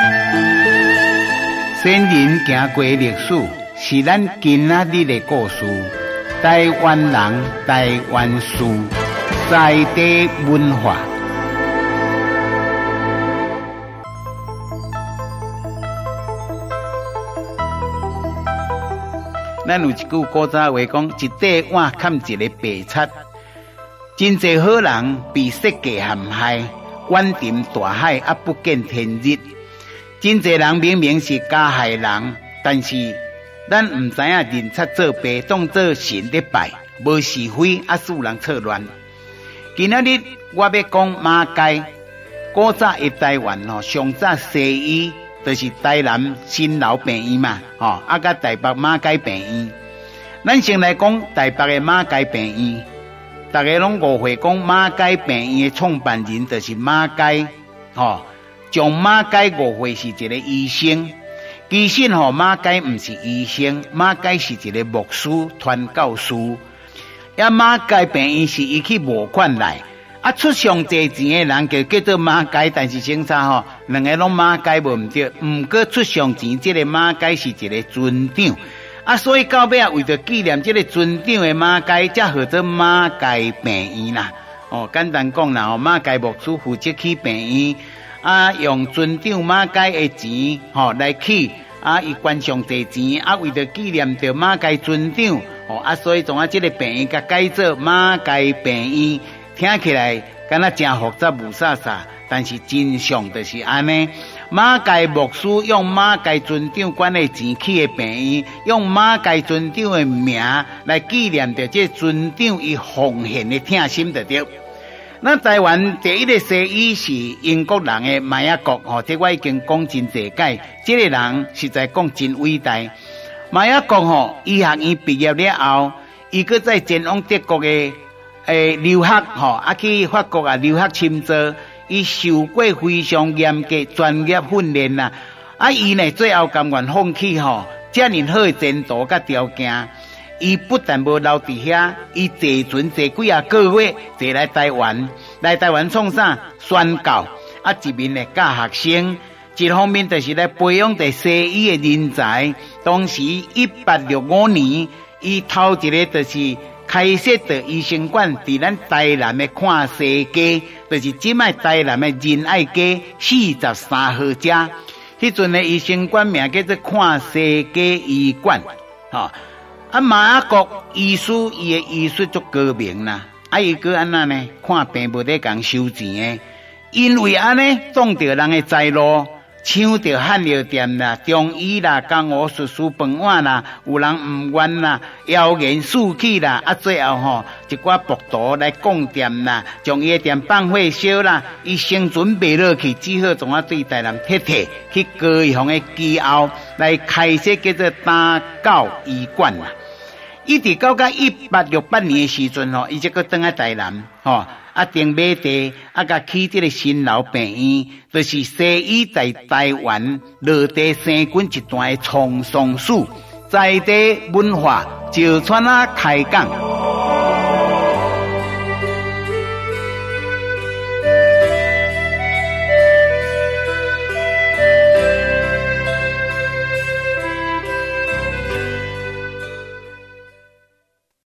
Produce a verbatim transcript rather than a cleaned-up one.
先人行过历史，是咱今仔日的故事。台湾人，台湾事，在地文化。咱有一句古早话讲：一块碗砍一个白贼。真济好人被世界陷害，远沉大海啊，不见天日。真济人明明是加害人，但是咱唔知影认贼作弊，当作神咧拜，无是非啊，使人错乱。今仔日我要讲马街，古早的台湾吼，上早西医就是台南新楼病院嘛，吼啊，甲台北马街病院。咱先来讲台北的马街病院，大家拢误会讲马街病院的创办人就是马街，吼，将马街误会是一个医生。其实吼，马街唔是医生，马街是一个牧师、传教士。呀，马街病院是伊去募款来，啊，出上济钱的人就叫做马街，但是警察吼，两个拢马街无唔对，毋过出上钱，这个马街是一个村长，啊，所以到尾啊，为着纪念这个村长的马街，才号做马街病院啦。哦，简单讲啦，吼，马街牧师负责去病院。啊，用村长马街的钱，吼、哦、来去啊，伊捐上济钱，啊，为着纪念着马街村长，哦啊，所以从啊，这个病院甲改做马街病院，听起来敢若真复杂无啥啥，但是真相就是安尼。马街牧师用马街村长捐的钱去的病院，用马街村长的名来纪念着这村长伊奉献的疼心就对。咱台湾第一个西医是英国人的迈亚国，吼，这我已经讲真济解。这个人实在讲真伟大。迈亚国吼，医学院毕业了后，伊搁在前往德国的诶留学，吼，啊去法国啊留学深造，伊受过非常严格专业训练啦。啊，伊呢最后甘愿放弃吼，遮尔好的前途甲条件。伊不但无留伫遐，伊坐船坐几啊个月，坐来台湾，来台湾创啥？宣教，啊，一面来教学生，一方面就是来培养着西医的人才。当时一八六五年，伊头一个就是开设着医生馆，伫咱台南的看世街，就是即卖台南的仁爱街四十三号遮。迄阵的医生馆名叫做看世街医馆，吼。啊，马雅国医师伊诶医术足高明啦，啊，伊个安那呢？看病无得共收钱诶，因为安尼撞着人诶财路，抢着汉药店啦、中医啦、江湖术士饭碗啦，有人毋愿啦，谣言四起啦，啊，最后吼一寡暴徒来攻店啦，将伊诶店放火烧啦，伊生存袂落去，只好从啊对台南铁铁去高雄诶基后来开设叫做打狗医馆啦。一直到到一八六八年的时阵吼，伊才搁转来台南吼，啊定买地，啊甲起这个新楼病院，就是西医在台湾落地生根一段的沧桑史，在地文化就川啊开讲。